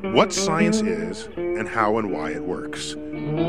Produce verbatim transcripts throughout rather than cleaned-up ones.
what science is and how and why it works.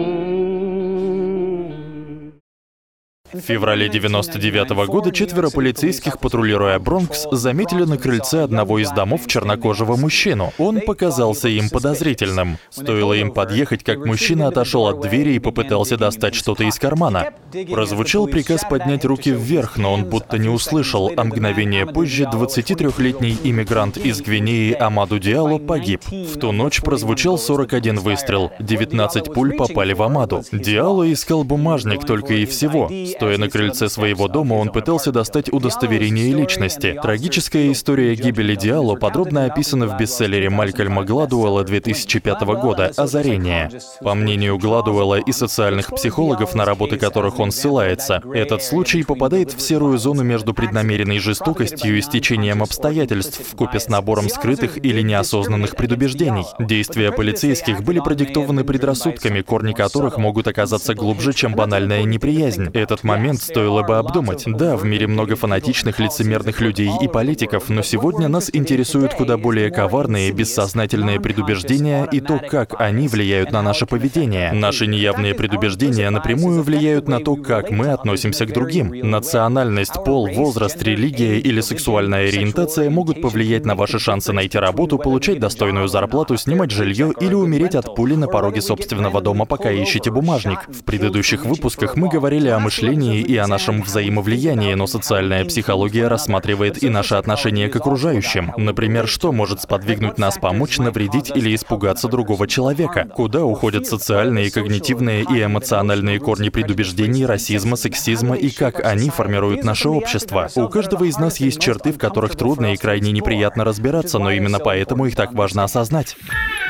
В феврале девяносто девятого года четверо полицейских, патрулируя Бронкс, заметили на крыльце одного из домов чернокожего мужчину. Он показался им подозрительным. Стоило им подъехать, как мужчина отошел от двери и попытался достать что-то из кармана. Прозвучал приказ поднять руки вверх, но он будто не услышал, а мгновение позже двадцатитрёхлетний иммигрант из Гвинеи Амаду Диалло погиб. В ту ночь прозвучал сорок один выстрел, девятнадцать пуль попали в Амаду. Диалло искал бумажник только и всего. Стоя на крыльце своего дома, он пытался достать удостоверение личности. Трагическая история гибели Диалло подробно описана в бестселлере Малькольма Гладуэлла две тысячи пятого года «Озарение». По мнению Гладуэлла и социальных психологов, на работы которых он ссылается, этот случай попадает в серую зону между преднамеренной жестокостью и стечением обстоятельств вкупе с набором скрытых или неосознанных предубеждений. Действия полицейских были продиктованы предрассудками, корни которых могут оказаться глубже, чем банальная неприязнь. Этот момент стоило бы обдумать. Да, в мире много фанатичных, лицемерных людей и политиков, но сегодня нас интересуют куда более коварные, бессознательные предубеждения и то, как они влияют на наше поведение. Наши неявные предубеждения напрямую влияют на то, как мы относимся к другим. Национальность, пол, возраст, религия или сексуальная ориентация могут повлиять на ваши шансы найти работу, получать достойную зарплату, снимать жилье или умереть от пули на пороге собственного дома, пока ищете бумажник. В предыдущих выпусках мы говорили о мышлении и о нашем взаимовлиянии, но социальная психология рассматривает и наше отношение к окружающим. Например, что может сподвигнуть нас помочь, навредить или испугаться другого человека? Куда уходят социальные, когнитивные и эмоциональные корни предубеждений, расизма, сексизма и как они формируют наше общество? У каждого из нас есть черты, в которых трудно и крайне неприятно разбираться, но именно поэтому их так важно осознать.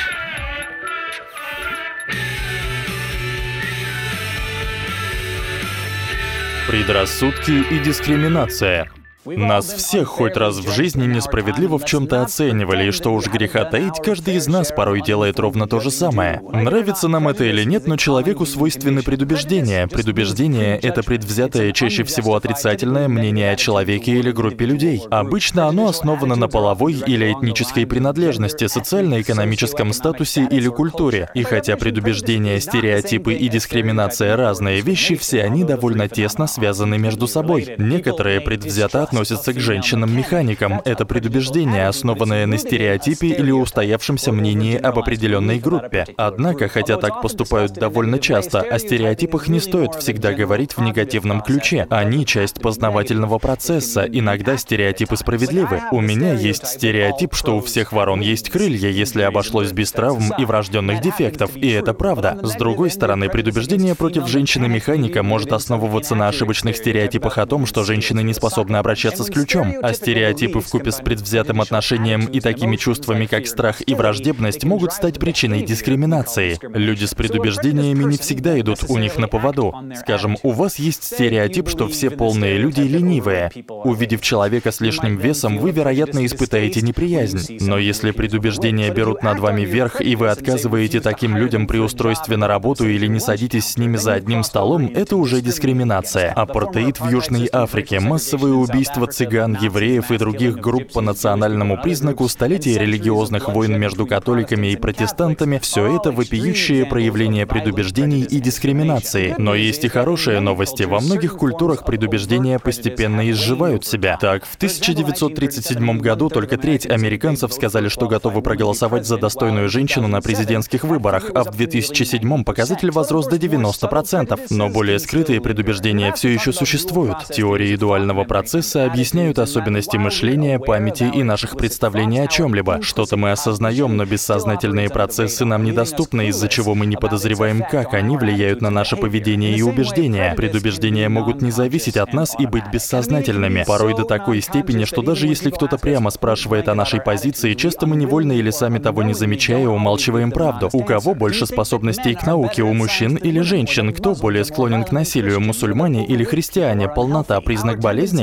Предрассудки и дискриминация. Нас всех хоть раз в жизни несправедливо в чем-то оценивали, и что уж греха таить, каждый из нас порой делает ровно то же самое. Нравится нам это или нет, но человеку свойственны предубеждения. Предубеждение — это предвзятое, чаще всего отрицательное мнение о человеке или группе людей. Обычно оно основано на половой или этнической принадлежности, социально-экономическом статусе или культуре. И хотя предубеждения, стереотипы и дискриминация — разные вещи, все они довольно тесно связаны между собой. Некоторые предвзято относятся относятся к женщинам-механикам. Это предубеждение, основанное на стереотипе или устоявшемся мнении об определенной группе. Однако, хотя так поступают довольно часто, о стереотипах не стоит всегда говорить в негативном ключе. Они часть познавательного процесса. Иногда стереотипы справедливы. У меня есть стереотип, что у всех ворон есть крылья, если обошлось без травм и врожденных дефектов. И это правда. С другой стороны, предубеждение против женщины-механика может основываться на ошибочных стереотипах о том, что женщины не способны обращаться с ключом, а стереотипы вкупе с предвзятым отношением и такими чувствами, как страх и враждебность, могут стать причиной дискриминации. Люди с предубеждениями не всегда идут у них на поводу. Скажем, у вас есть стереотип, что все полные люди ленивые. Увидев человека с лишним весом, вы, вероятно, испытаете неприязнь. Но если предубеждения берут над вами верх, и вы отказываете таким людям при устройстве на работу или не садитесь с ними за одним столом, это уже дискриминация. Апартеид в Южной Африке, массовые убийства цыган, евреев и других групп по национальному признаку, столетия религиозных войн между католиками и протестантами — все это вопиющее проявление предубеждений и дискриминации. Но есть и хорошие новости. Во многих культурах предубеждения постепенно изживают себя. Так, в тысяча девятьсот тридцать седьмом году только треть американцев сказали, что готовы проголосовать за достойную женщину на президентских выборах, а в две тысячи седьмом показатель возрос до девяноста процентов. Но более скрытые предубеждения все еще существуют. Теории дуального процесса объясняют особенности мышления, памяти и наших представлений о чем-либо. Что-то мы осознаем, но бессознательные процессы нам недоступны, из-за чего мы не подозреваем, как они влияют на наше поведение и убеждения. Предубеждения могут не зависеть от нас и быть бессознательными. Порой до такой степени, что даже если кто-то прямо спрашивает о нашей позиции, часто мы невольно или сами того не замечая умалчиваем правду. У кого больше способностей к науке, у мужчин или женщин? Кто более склонен к насилию, мусульмане или христиане? Полнота — признак болезни? Склонность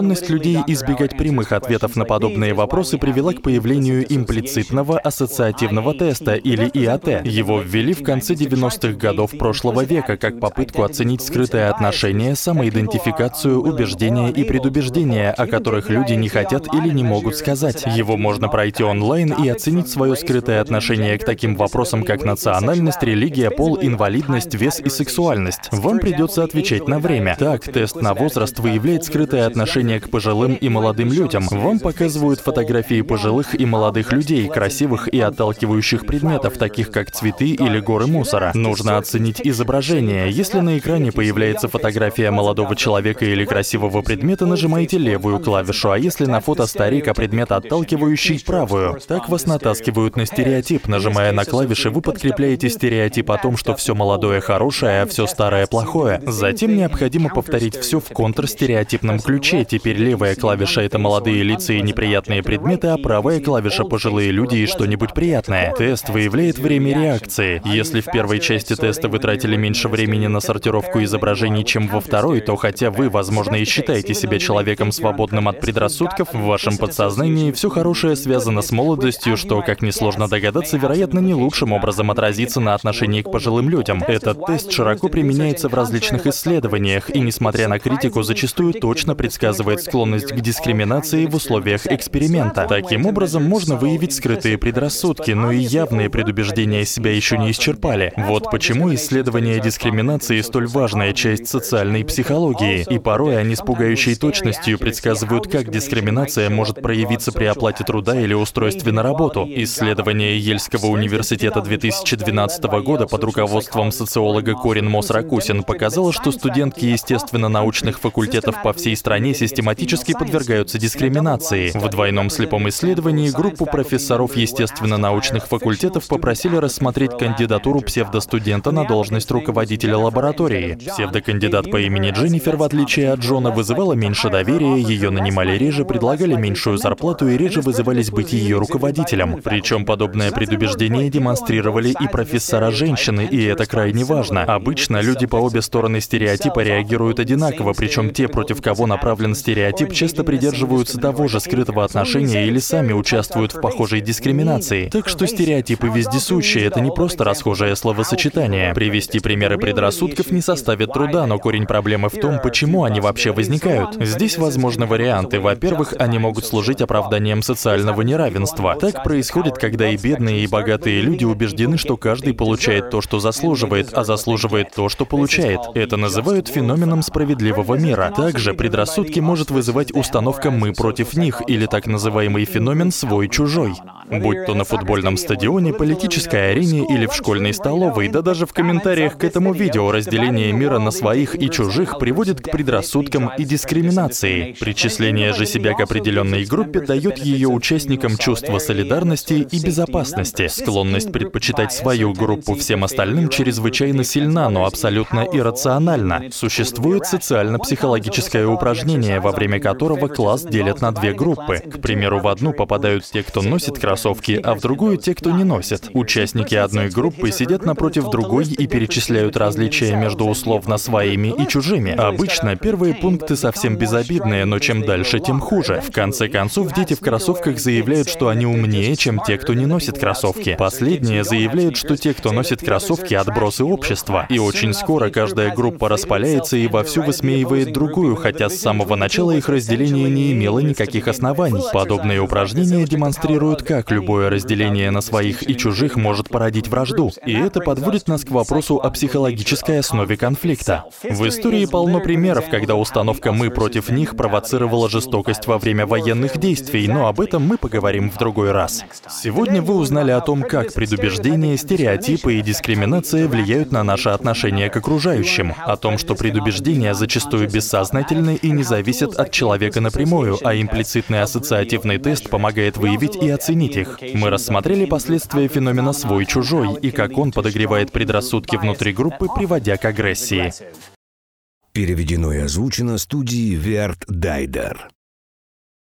Склонность людей избегать прямых ответов на подобные вопросы привела к появлению имплицитного ассоциативного теста, или И А Т. Его ввели в конце девяностых годов прошлого века как попытку оценить скрытое отношение, самоидентификацию, убеждения и предубеждения, о которых люди не хотят или не могут сказать. Его можно пройти онлайн и оценить свое скрытое отношение к таким вопросам, как национальность, религия, пол, инвалидность, вес и сексуальность. Вам придется отвечать на время. Так, тест на возраст выявляет скрытое отношение к пожилым и молодым людям. Вам показывают фотографии пожилых и молодых людей, красивых и отталкивающих предметов, таких как цветы или горы мусора. Нужно оценить изображение. Если на экране появляется фотография молодого человека или красивого предмета, нажимаете левую клавишу, а если на фото старик, а предмет отталкивающий — правую. Так вас натаскивают на стереотип. Нажимая на клавиши, вы подкрепляете стереотип о том, что все молодое хорошее, а все старое плохое. Затем необходимо повторить все в контрстереотипном ключе. Теперь левая клавиша — это молодые лица и неприятные предметы, а правая клавиша — пожилые люди и что-нибудь приятное. Тест выявляет время реакции. Если в первой части теста вы тратили меньше времени на сортировку изображений, чем во второй, то хотя вы, возможно, и считаете себя человеком, свободным от предрассудков, в вашем подсознании все хорошее связано с молодостью, что, как несложно догадаться, вероятно, не лучшим образом отразится на отношении к пожилым людям. Этот тест широко применяется в различных исследованиях и, несмотря на критику, зачастую точно предсказывает склонность к дискриминации в условиях эксперимента. Таким образом, можно выявить скрытые предрассудки, но и явные предубеждения себя еще не исчерпали. Вот почему исследование дискриминации столь важная часть социальной психологии, и порой они с пугающей точностью предсказывают, как дискриминация может проявиться при оплате труда или устройстве на работу. Исследование Ельского университета две тысячи двенадцатого года под руководством социолога Корин Мосс-Ракусин показало, что студентки естественно-научных факультетов по всей стране систематически подвергаются дискриминации. В двойном слепом исследовании группу профессоров естественно-научных факультетов попросили рассмотреть кандидатуру псевдостудента на должность руководителя лаборатории. Псевдокандидат по имени Дженнифер, в отличие от Джона, вызывала меньше доверия, ее нанимали реже, предлагали меньшую зарплату и реже вызывались быть ее руководителем. Причем подобное предубеждение демонстрировали и профессора-женщины, и это крайне важно. Обычно люди по обе стороны стереотипа реагируют одинаково, причем те, против кого направлен стереотип, часто придерживаются того же скрытого отношения или сами участвуют в похожей дискриминации. Так что стереотипы вездесущие — это не просто расхожее словосочетание. Привести примеры предрассудков не составит труда, но корень проблемы в том, почему они вообще возникают. Здесь возможны варианты. Во-первых, они могут служить оправданием социального неравенства. Так происходит, когда и бедные, и богатые люди убеждены, что каждый получает то, что заслуживает, а заслуживает то, что получает. Это называют феноменом справедливого мира. Также предрассудки может вызывать установка «мы против них» или так называемый феномен «свой-чужой». Будь то на футбольном стадионе, политической арене или в школьной столовой, да даже в комментариях к этому видео разделение мира на своих и чужих приводит к предрассудкам и дискриминации. Причисление же себя к определенной группе дает ее участникам чувство солидарности и безопасности. Склонность предпочитать свою группу всем остальным чрезвычайно сильна, но абсолютно иррациональна. Существует социально-психологическое упражнение, во время которого класс делят на две группы. К примеру, в одну попадают те, кто носит кроссовки, а в другую — те, кто не носит. Участники одной группы сидят напротив другой и перечисляют различия между условно своими и чужими. Обычно первые пункты совсем безобидные, но чем дальше, тем хуже. В конце концов, дети в кроссовках заявляют, что они умнее, чем те, кто не носит кроссовки. Последние заявляют, что те, кто носит кроссовки, — отбросы общества. И очень скоро каждая группа распаляется и вовсю высмеивает другую, хотя с самого начала их разделение не имело никаких оснований. Подобные упражнения демонстрируют, как любое разделение на своих и чужих может породить вражду. И это подводит нас к вопросу о психологической основе конфликта. В истории полно примеров, когда установка «мы против них» провоцировала жестокость во время военных действий, но об этом мы поговорим в другой раз. Сегодня вы узнали о том, как предубеждения, стереотипы и дискриминация влияют на наше отношение к окружающим, о том, что предубеждения зачастую бессознательны и не зависят от человека напрямую, а имплицитный ассоциативный тест помогает выявить и оценить их. Мы рассмотрели последствия феномена «свой-чужой» и как он подогревает предрассудки внутри группы, приводя к агрессии. Переведено и озвучено студией Верт Дайдер.